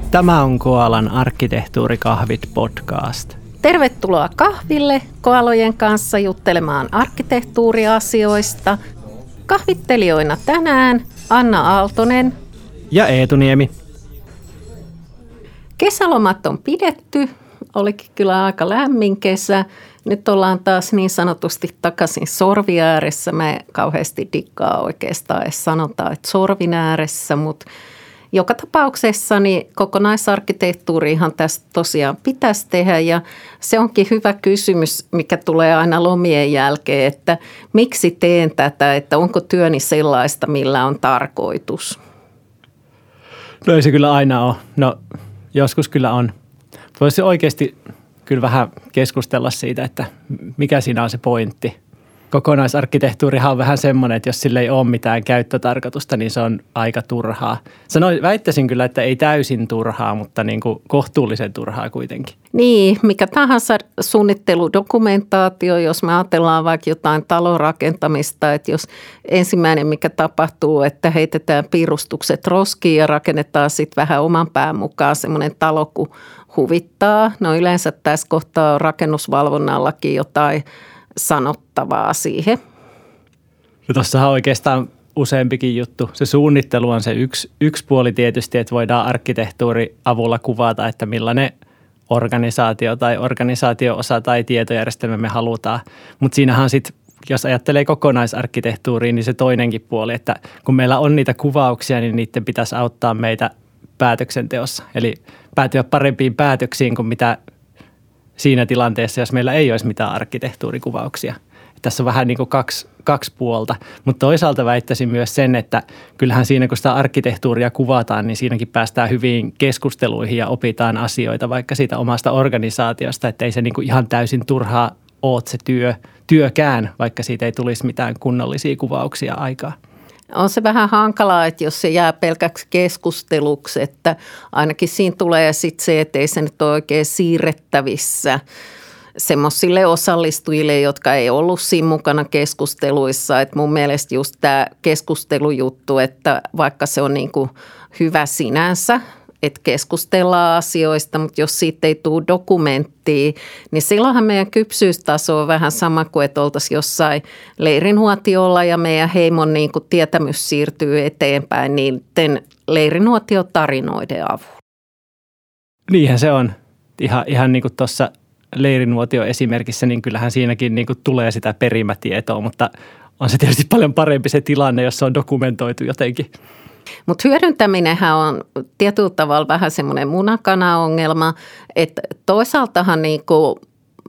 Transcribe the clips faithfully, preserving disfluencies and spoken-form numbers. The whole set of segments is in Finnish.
Tämä on Koalan Arkkitehtuurikahvit podcast. Tervetuloa kahville koalojen kanssa juttelemaan arkkitehtuuriasioista. Kahvittelijoina tänään Anna Aaltonen ja Eetu Niemi. Kesälomat on pidetty. Olikin kyllä aika lämmin kesä. Nyt ollaan taas niin sanotusti takaisin sorvin ääressä. Mä en kauheasti dikkaa oikeastaan edes sanotaan, että sorvin ääressä, mutta joka tapauksessa niin kokonaisarkkitehtuurihan tästä tosiaan pitäisi tehdä ja se onkin hyvä kysymys, mikä tulee aina lomien jälkeen, että miksi teen tätä, että onko työni sellaista, millä on tarkoitus? No ei se kyllä aina ole. No joskus kyllä on. Voisi oikeasti kyllä vähän keskustella siitä, että mikä siinä on se pointti. Kokonaisarkkitehtuurihan on vähän semmoinen, että jos sillä ei ole mitään käyttötarkoitusta, niin se on aika turhaa. Sanoin, väittäisin kyllä, että ei täysin turhaa, mutta niin kuin kohtuullisen turhaa kuitenkin. Niin, mikä tahansa suunnitteludokumentaatio, jos me ajatellaan vaikka jotain talon rakentamista, että jos ensimmäinen mikä tapahtuu, että heitetään piirustukset roskiin ja rakennetaan sitten vähän oman pään mukaan semmoinen talo, kun huvittaa. No yleensä tässä kohtaa on rakennusvalvonnallakin jotain sanottavaa siihen. No tuossahan oikeastaan useampikin juttu. Se suunnittelu on se yksi, yksi puoli tietysti, että voidaan arkkitehtuuri avulla kuvata, että millainen organisaatio tai organisaatio-osa tai tietojärjestelmä me halutaan. Mutta siinähän sitten, jos ajattelee kokonaisarkkitehtuuriin, niin se toinenkin puoli, että kun meillä on niitä kuvauksia, niin niiden pitäisi auttaa meitä päätöksenteossa. Eli päätyä parempiin päätöksiin kuin mitä siinä tilanteessa, jos meillä ei olisi mitään arkkitehtuurikuvauksia. Tässä on vähän niin kuin kaksi, kaksi puolta, mutta toisaalta väittäisin myös sen, että kyllähän siinä, kun sitä arkkitehtuuria kuvataan, niin siinäkin päästään hyviin keskusteluihin ja opitaan asioita vaikka siitä omasta organisaatiosta, että ei se niin kuin ihan täysin turhaa ole se työ, työkään, vaikka siitä ei tulisi mitään kunnollisia kuvauksia aikaa. On se vähän hankalaa, että jos se jää pelkäksi keskusteluksi, että ainakin siinä tulee sitten se, että ei se nyt ole oikein siirrettävissä semmoisille osallistujille, jotka ei ollut siinä mukana keskusteluissa. Että mun mielestä just tämä keskustelujuttu, että vaikka se on niin kuin hyvä sinänsä, että keskustellaan asioista, mutta jos siitä ei tule dokumenttia, niin silloinhan meidän kypsyystaso on vähän sama kuin, että oltaisiin jossain leirinhuotiolla ja meidän heimon niin kuin tietämys siirtyy eteenpäin niiden leirinhuotiotarinoiden avulla. Niinhän se on. Ihan, ihan niin kuin tuossa leirinhuotio-esimerkissä, niin kyllähän siinäkin niin kuin tulee sitä perimätietoa, mutta on se tietysti paljon parempi se tilanne, jos se on dokumentoitu jotenkin. Mutta hyödyntäminenhän on tietyllä tavalla vähän semmoinen munakana-ongelma, että toisaaltahan niinku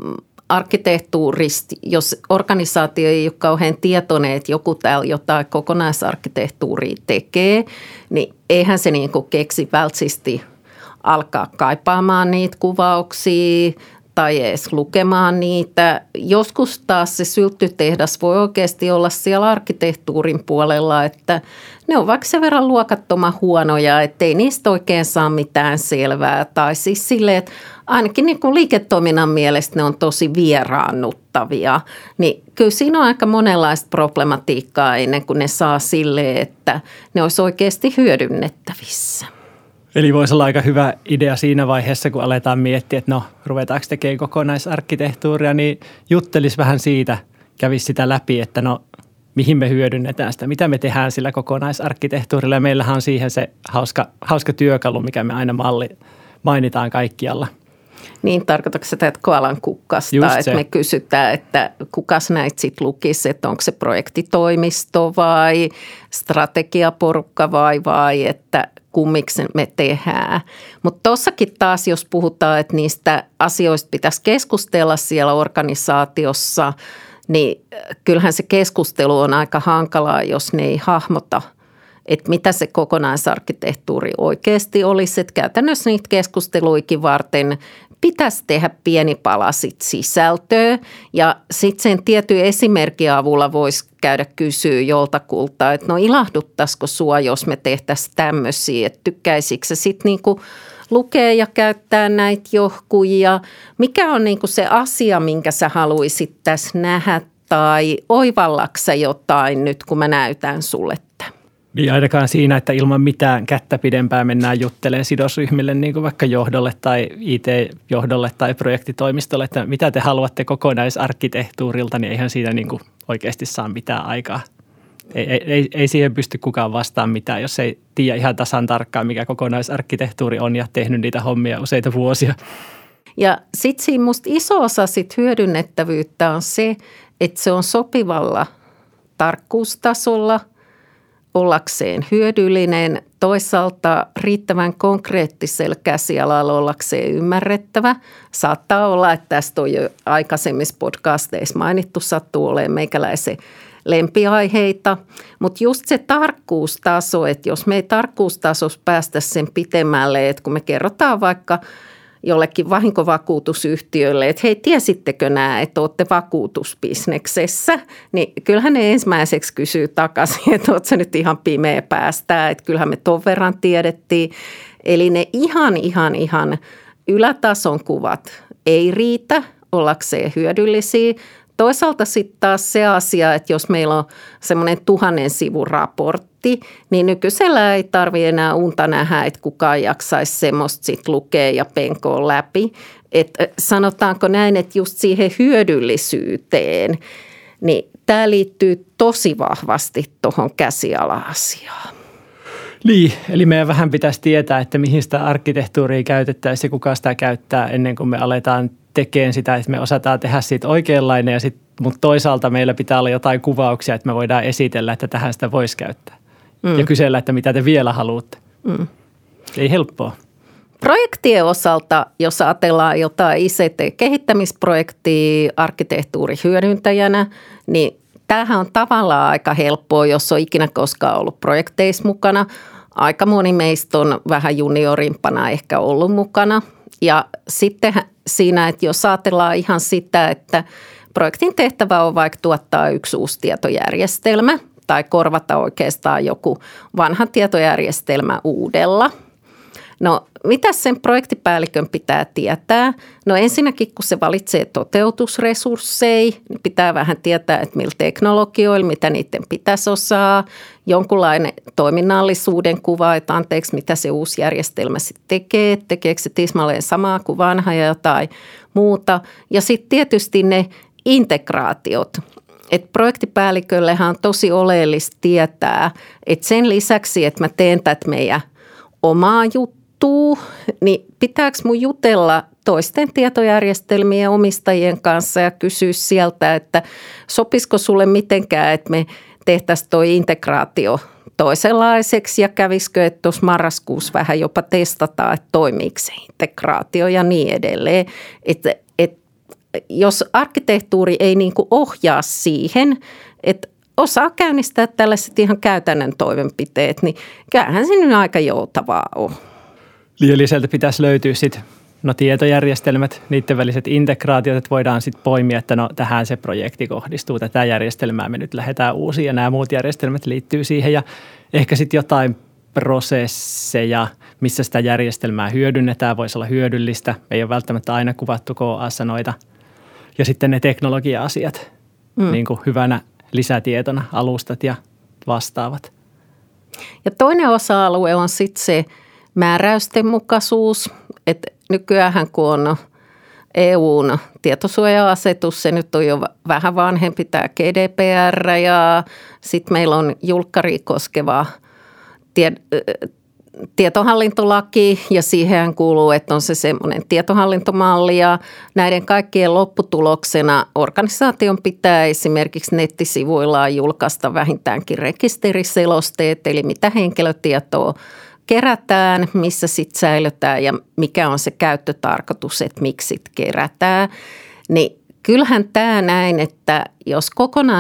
arkkitehtuurista, jos organisaatio ei ole kauhean tietoinen, että joku täällä jotain kokonaisarkkitehtuuria tekee, niin eihän se niinku keksi vältsisti alkaa kaipaamaan niitä kuvauksia tai edes lukemaan niitä. Joskus taas se sylttytehdas voi oikeasti olla siellä arkkitehtuurin puolella, että ne on vaikka sen verran luokattoman huonoja, ettei niistä oikein saa mitään selvää. Tai siis silleen, että ainakin niin kuin liiketoiminnan mielestä ne on tosi vieraannuttavia. Niin kyllä siinä on aika monenlaista problematiikkaa ennen kuin ne saa silleen, että ne olisi oikeasti hyödynnettävissä. Eli voisi olla aika hyvä idea siinä vaiheessa, kun aletaan miettiä, että no ruvetaanko tekemään kokonaisarkkitehtuuria, niin juttelisi vähän siitä, kävisi sitä läpi, että no mihin me hyödynnetään sitä, mitä me tehdään sillä kokonaisarkkitehtuurilla. Ja meillähän on siihen se hauska, hauska työkalu, mikä me aina malli, mainitaan kaikkialla. Niin, tarkoitatko sitä, että koalan kukkasta, että me kysytään, että kukas näitä sitten lukisi, että onko se projektitoimisto vai strategiaporukka vai vai, että kummiksi me tehdään. Mutta tuossakin taas, jos puhutaan, että niistä asioista pitäisi keskustella siellä organisaatiossa, niin kyllähän se keskustelu on aika hankalaa, jos ne ei hahmota, että mitä se kokonaisarkkitehtuuri oikeasti olisi. Että käytännössä niitä keskusteluikin varten pitäisi tehdä pieni palasit sisältöä ja sitten sen tietyn esimerkin avulla voisi käydä kysyä joltakulta, että no ilahduttaisiko sua, jos me tehtäisiin tämmöisiä, että tykkäisikö sä sitten niinku lukea ja käyttää näitä johkuja. Mikä on niinku se asia, minkä sä haluaisit tässä nähdä tai oivallaksa jotain nyt, kun mä näytän sulle tämän? Niin ainakaan siinä, että ilman mitään kättä pidempään mennään juttelemaan sidosryhmille, niin kuin vaikka johdolle tai I T-johdolle tai projektitoimistolle, että mitä te haluatte kokonaisarkkitehtuurilta, niin eihän siinä niin kuin oikeasti saa mitään aikaa. Ei, ei, ei siihen pysty kukaan vastaan mitään, jos ei tiedä ihan tasan tarkkaan, mikä kokonaisarkkitehtuuri on ja tehnyt niitä hommia useita vuosia. Ja sitten siinä musta iso osa sit hyödynnettävyyttä on se, että se on sopivalla tarkkuustasolla ollakseen hyödyllinen, toisaalta riittävän konkreettisella käsialalla ollakseen ymmärrettävä. Saattaa olla, että tästä on jo aikaisemmissa podcasteissa mainittu, sattuu olemaan meikäläisen lempiaiheita, mutta just se tarkkuustaso, että jos me ei tarkkuustasossa päästä sen pitemmälle, että kun me kerrotaan vaikka jollekin vahinkovakuutusyhtiölle, että hei, tiesittekö nämä, että olette vakuutusbisneksessä, niin kyllähän ne ensimmäiseksi kysyy takaisin, että ootko sä nyt ihan pimeä päästää, että kyllähän me ton verran tiedettiin. Eli ne ihan, ihan, ihan ylätason kuvat ei riitä ollakseen hyödyllisiä. Toisaalta sitten taas se asia, että jos meillä on semmoinen tuhannen sivun raportti, niin nykyisellä ei tarvitse enää unta nähdä, että kukaan jaksaisi semmoista sitten lukea ja penkoa läpi. Että sanotaanko näin, että just siihen hyödyllisyyteen, niin tämä liittyy tosi vahvasti tuohon käsiala-asiaan. Niin, eli meidän vähän pitäisi tietää, että mihin sitä arkkitehtuuria käytettäisiin ja kuka sitä käyttää ennen kuin me aletaan tekemään sitä, että me osataan tehdä siitä oikeanlainen, ja sit, mutta toisaalta meillä pitää olla jotain kuvauksia, että me voidaan esitellä, että tähän sitä voisi käyttää. Mm. Ja kysellä, että mitä te vielä haluatte. Mm. Ei helppoa. Projektien osalta, jos ajatellaan jotain I C T-kehittämisprojektia arkkitehtuurihyödyntäjänä, niin tämähän on tavallaan aika helppoa, jos on ikinä koskaan ollut projekteissa mukana. Aika moni meistä on vähän juniorimpana ehkä ollut mukana. Ja sitten siinä, että jos ajatellaan ihan sitä, että projektin tehtävä on vaikka tuottaa yksi uusi tietojärjestelmä tai korvata oikeastaan joku vanha tietojärjestelmä uudella. No, mitä sen projektipäällikön pitää tietää? No ensinnäkin, kun se valitsee toteutusresursseja, niin pitää vähän tietää, että millä teknologioilla, mitä niiden pitäisi osaa. Jonkunlainen toiminnallisuuden kuva, että anteeksi, mitä se uusi järjestelmä sitten tekee. Tekeekö se tismalleen samaa kuin vanha ja jotain muuta. Ja sitten tietysti ne integraatiot. Et projektipäälliköllehän on tosi oleellista tietää, että sen lisäksi, että mä teen tätä meidän omaa juttua, niin pitääkö mun jutella toisten tietojärjestelmien omistajien kanssa ja kysyä sieltä, että sopisiko sulle mitenkään, että me tehtäisiin toi integraatio toisenlaiseksi ja kävisikö, että tuossa marraskuussa vähän jopa testataan, että toimiiko se integraatio ja niin edelleen. Että et, jos arkkitehtuuri ei niinku ohjaa siihen, että osaa käynnistää tällaiset ihan käytännön toimenpiteet, niin kyllähän se nyt aika joutavaa on. Eli sieltä pitäisi löytyä sitten no, tietojärjestelmät, niiden väliset integraatiot, että voidaan sitten poimia, että no tähän se projekti kohdistuu, tätä järjestelmää me nyt lähdetään uusiin ja nämä muut järjestelmät liittyy siihen ja ehkä sitten jotain prosesseja, missä sitä järjestelmää hyödynnetään, voisi olla hyödyllistä, ei ole välttämättä aina kuvattu K A:ssa noita ja sitten ne teknologia-asiat mm. niin kuin hyvänä lisätietona, alustat ja vastaavat. Ja toinen osa-alue on sitten se määräystenmukaisuus, että nykyäänhän kun on E U:n tietosuoja-asetus, se nyt on jo vähän vanhempi tämä G D P R ja sitten meillä on julkkaria koskeva tie, tietohallintolaki ja siihen kuuluu, että on se semmoinen tietohallintomalli ja näiden kaikkien lopputuloksena organisaation pitää esimerkiksi nettisivuillaan julkaista vähintäänkin rekisteriselosteet, eli mitä henkilötietoa kerätään, missä sitten säilytään ja mikä on se käyttötarkoitus, että miksi sit kerätään. Niin kyllähän tämä näin, että jos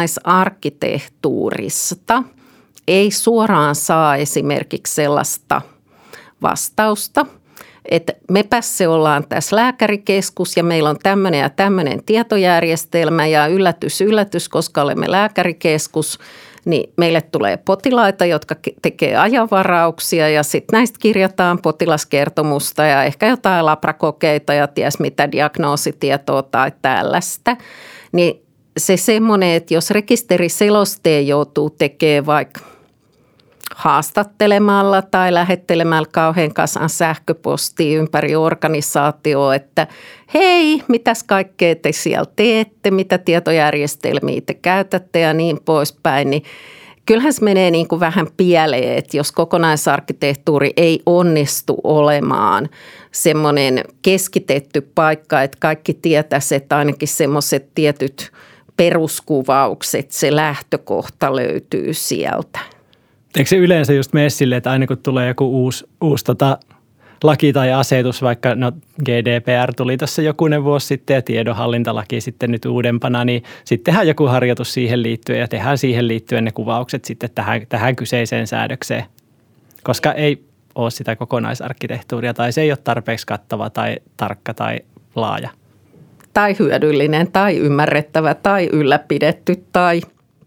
kokonaisarkkitehtuurista ei suoraan saa esimerkiksi sellaista vastausta, että mepäs se ollaan tässä lääkärikeskus ja meillä on tämmöinen ja tämmöinen tietojärjestelmä ja yllätys, yllätys, koska olemme lääkärikeskus, niin meille tulee potilaita, jotka tekee ajanvarauksia ja sitten näistä kirjataan potilaskertomusta ja ehkä jotain labrakokeita ja ties mitä diagnoositietoa tai tällaista. Niin se semmoinen, että jos rekisteriselosteen joutuu tekemään vaikka haastattelemalla tai lähettelemällä kauhean kasan sähköpostia ympäri organisaatioon, että hei, mitäs kaikkea te siellä teette, mitä tietojärjestelmiä te käytätte ja niin poispäin, niin kyllähän se menee niin kuin vähän pieleen, että jos kokonaisarkkitehtuuri ei onnistu olemaan semmoinen keskitetty paikka, että kaikki tietäisi, että ainakin semmoiset tietyt peruskuvaukset, se lähtökohta löytyy sieltä. Eikö se yleensä just mene silleen, että aina kun tulee joku uusi, uusi tota, laki tai asetus, vaikka no G D P R tuli tässä jokunen vuosi sitten ja tiedonhallintalaki sitten nyt uudempana, niin sitten tehdään joku harjoitus siihen liittyen ja tehdään siihen liittyen ne kuvaukset sitten tähän, tähän kyseiseen säädökseen, koska ei ole sitä kokonaisarkkitehtuuria tai se ei ole tarpeeksi kattava tai tarkka tai laaja. Tai hyödyllinen tai ymmärrettävä tai ylläpidetty tai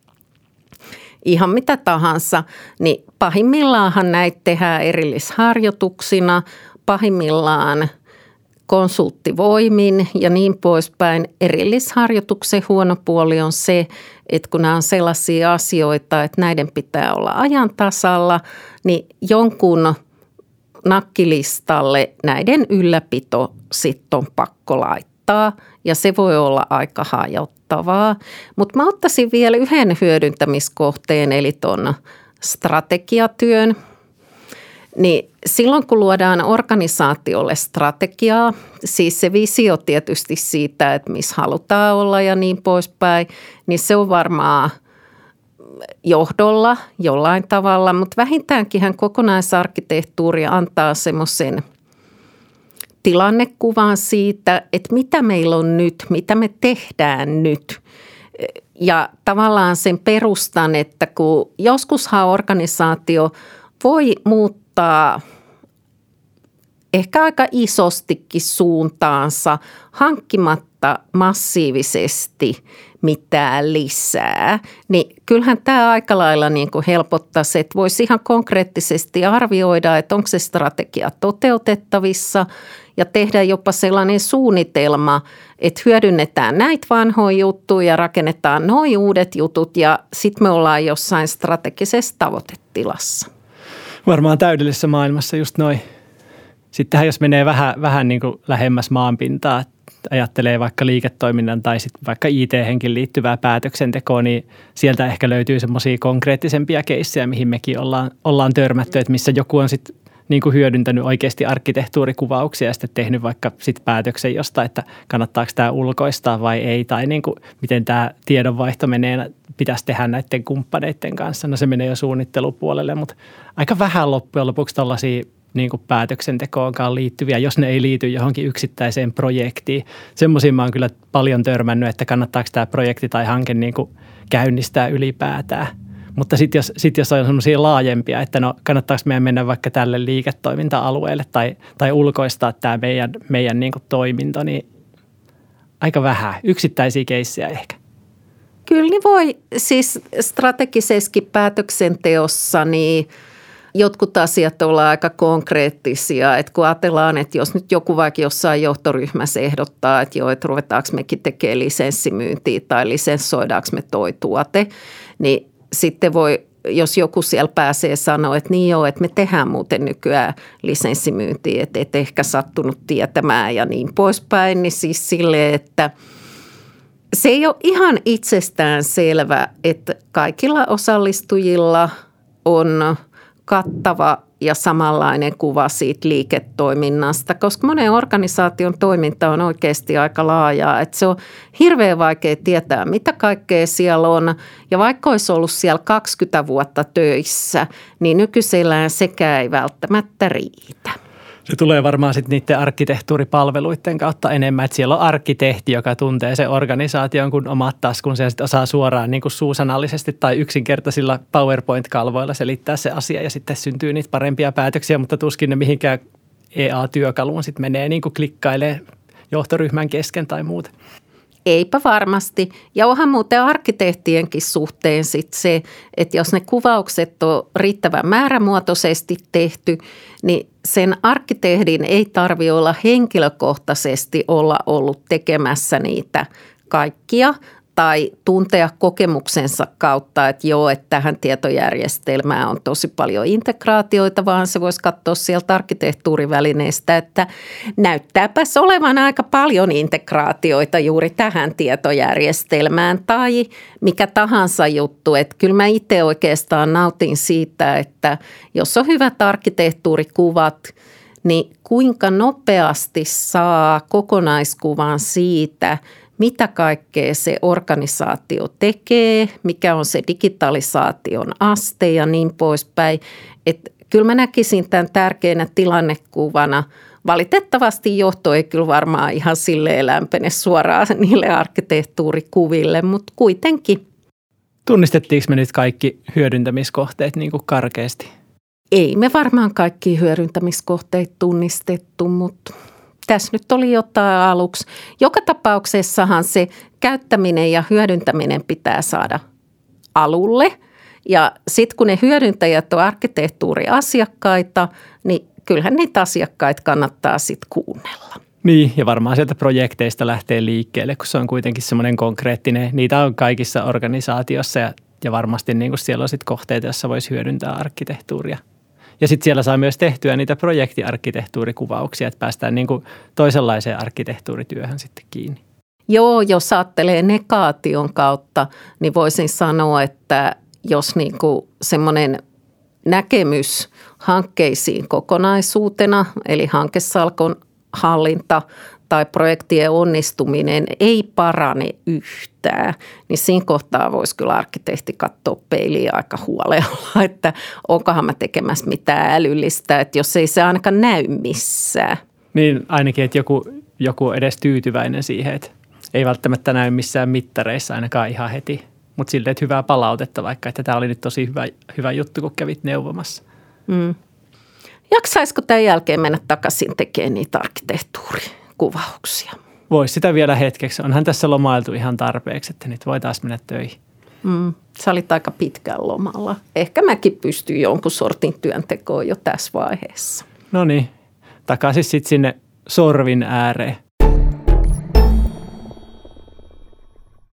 ihan mitä tahansa, niin pahimmillaanhan näitä tehdään erillisharjoituksina, pahimmillaan konsulttivoimin ja niin poispäin. Erillisharjoituksen huono puoli on se, että kun nämä on sellaisia asioita, että näiden pitää olla ajan tasalla, niin jonkun nakkilistalle näiden ylläpito sitten on pakko laittaa ja se voi olla aika hajottavaa. Mutta mä ottaisin vielä yhden hyödyntämiskohteen eli ton strategiatyön. Niin silloin kun luodaan organisaatiolle strategiaa, siis se visio tietysti siitä, että missä halutaan olla ja niin poispäin, niin se on varmaan johdolla jollain tavalla, mutta vähintäänkin kokonaisarkkitehtuuri antaa semmoisen tilannekuvan siitä, että mitä meillä on nyt, mitä me tehdään nyt. Ja tavallaan sen perustan, että kun joskushan organisaatio voi muuttaa ehkä aika isostikin suuntaansa hankkimatta massiivisesti mitään lisää, niin kyllähän tämä aika lailla niin kuin helpottaisi, että voisi ihan konkreettisesti arvioida, että onko se strategia toteutettavissa ja tehdä jopa sellainen suunnitelma, että hyödynnetään näitä vanhoja juttuja ja rakennetaan nuo uudet jutut ja sitten me ollaan jossain strategisessa tavoitetilassa. Varmaan täydellisessä maailmassa just noin. Sittenhän jos menee vähän, vähän niin kuin lähemmäs maanpintaa, ajattelee vaikka liiketoiminnan tai sitten vaikka I T-henkin liittyvää päätöksentekoa, niin sieltä ehkä löytyy semmoisia konkreettisempia keissejä, mihin mekin ollaan, ollaan törmätty, että missä joku on sitten niin kuin hyödyntänyt oikeasti arkkitehtuurikuvauksia ja sitten tehnyt vaikka sitten päätöksen jostain, että kannattaako tämä ulkoistaa vai ei, tai niin kuin miten tämä tiedonvaihto menee, pitäisi tehdä näiden kumppaneiden kanssa. No se menee jo suunnittelupuolelle, mutta aika vähän loppujen lopuksi tällaisia niin kuin päätöksentekoonkaan liittyviä, jos ne ei liity johonkin yksittäiseen projektiin. Semmoisia mä oon kyllä paljon törmännyt, että kannattaako tämä projekti tai hanke niin kuin käynnistää ylipäätään. Mutta sitten jos, sit jos on semmoisia laajempia, että no kannattaako meidän mennä vaikka tälle liiketoiminta-alueelle tai, tai ulkoistaa tämä meidän, meidän niin kuin toiminto, niin aika vähän. Yksittäisiä keissejä ehkä. Kyllä niin voi siis strategisessakin päätöksenteossa niin jotkut asiat olla aika konkreettisia, että kun ajatellaan, että jos nyt joku vaikka jossain johtoryhmässä ehdottaa, että joo, että ruvetaanko mekin tekemään lisenssimyyntiä tai lisenssoidaanko me toi tuote, niin sitten voi, jos joku siellä pääsee sanoa, että niin joo, että me tehdään muuten nykyään lisenssimyyntiä, että et ehkä sattunut tietämään ja niin poispäin, niin siis silleen, että se ei ole ihan itsestään selvä, että kaikilla osallistujilla on kattava ja samanlainen kuva siitä liiketoiminnasta, koska monen organisaation toiminta on oikeasti aika laajaa, että se on hirveän vaikea tietää, mitä kaikkea siellä on. Ja vaikka olisi ollut siellä kaksikymmentä vuotta töissä, niin nykyisellään sekään ei välttämättä riitä. Se tulee varmaan sitten niiden arkkitehtuuripalveluiden kautta enemmän, että siellä on arkkitehti, joka tuntee sen organisaation kuin omat taskunsa ja sitten osaa suoraan niin kuin suusanallisesti tai yksinkertaisilla PowerPoint-kalvoilla selittää se asia ja sitten syntyy niitä parempia päätöksiä, mutta tuskin ne mihinkään E A-työkaluun sitten menee niin kuin klikkailee johtoryhmän kesken tai muuta. Eipä varmasti. Ja onhan muuten arkkitehtienkin suhteen sit se, että jos ne kuvaukset on riittävän määrämuotoisesti tehty, niin sen arkkitehdin ei tarvitse olla henkilökohtaisesti olla ollut tekemässä niitä kaikkia, tai tuntea kokemuksensa kautta, että joo, että tähän tietojärjestelmään on tosi paljon integraatioita, vaan se voisi katsoa sieltä arkkitehtuurivälineestä, että näyttääpäs olevan aika paljon integraatioita juuri tähän tietojärjestelmään tai mikä tahansa juttu. Että kyllä mä itse oikeastaan nautin siitä, että jos on hyvät arkkitehtuurikuvat, niin kuinka nopeasti saa kokonaiskuvan siitä, mitä kaikkea se organisaatio tekee, mikä on se digitalisaation aste ja niin poispäin. Että kyllä mä näkisin tämän tärkeänä tilannekuvana. Valitettavasti johto ei kyllä varmaan ihan silleen lämpene suoraan niille arkkitehtuurikuville, mutta kuitenkin. Tunnistettiinko me nyt kaikki hyödyntämiskohteet niin kuin karkeasti? Ei me varmaan kaikki hyödyntämiskohteet tunnistettu, mutta tässä nyt oli jotain aluksi. Joka tapauksessahan se käyttäminen ja hyödyntäminen pitää saada alulle. Ja sitten kun ne hyödyntäjät on arkkitehtuuriasiakkaita, niin kyllähän niitä asiakkaita kannattaa sitten kuunnella. Niin, ja varmaan sieltä projekteista lähtee liikkeelle, kun se on kuitenkin semmoinen konkreettinen. Niitä on kaikissa organisaatiossa ja, ja varmasti niin kuin siellä on sitten kohteita, joissa voisi hyödyntää arkkitehtuuria. Ja sitten siellä saa myös tehtyä niitä projektiarkkitehtuurikuvauksia, että päästään niin kuin toisenlaiseen arkkitehtuurityöhön sitten kiinni. Joo, jos ajattelee negaation kautta, niin voisin sanoa, että jos niin kuin semmoinen näkemys hankkeisiin kokonaisuutena, eli hankesalkon hallinta tai projektien onnistuminen ei parane yhtään, niin siinä kohtaa voisi kyllä arkkitehti katsoa peiliä aika huolella, että onkohan mä tekemässä mitään älyllistä, että jos ei se ainakaan näy missään. Niin ainakin, että joku, joku on edes tyytyväinen siihen, että ei välttämättä näy missään mittareissa ainakaan ihan heti, mutta silleen, että hyvää palautetta vaikka, että tämä oli nyt tosi hyvä, hyvä juttu, kun kävit neuvomassa. Mm. Jaksaisiko tämän jälkeen mennä takaisin tekemään niitä arkkitehtuurikuvauksia? Voisi sitä vielä hetkeksi. Onhan tässä lomailtu ihan tarpeeksi, että nyt voi taas mennä töihin. Mm, sä olit aika pitkään lomalla. Ehkä mäkin pystyn jonkun sortin työntekoon jo tässä vaiheessa. No niin, takaisin sitten sinne sorvin ääreen.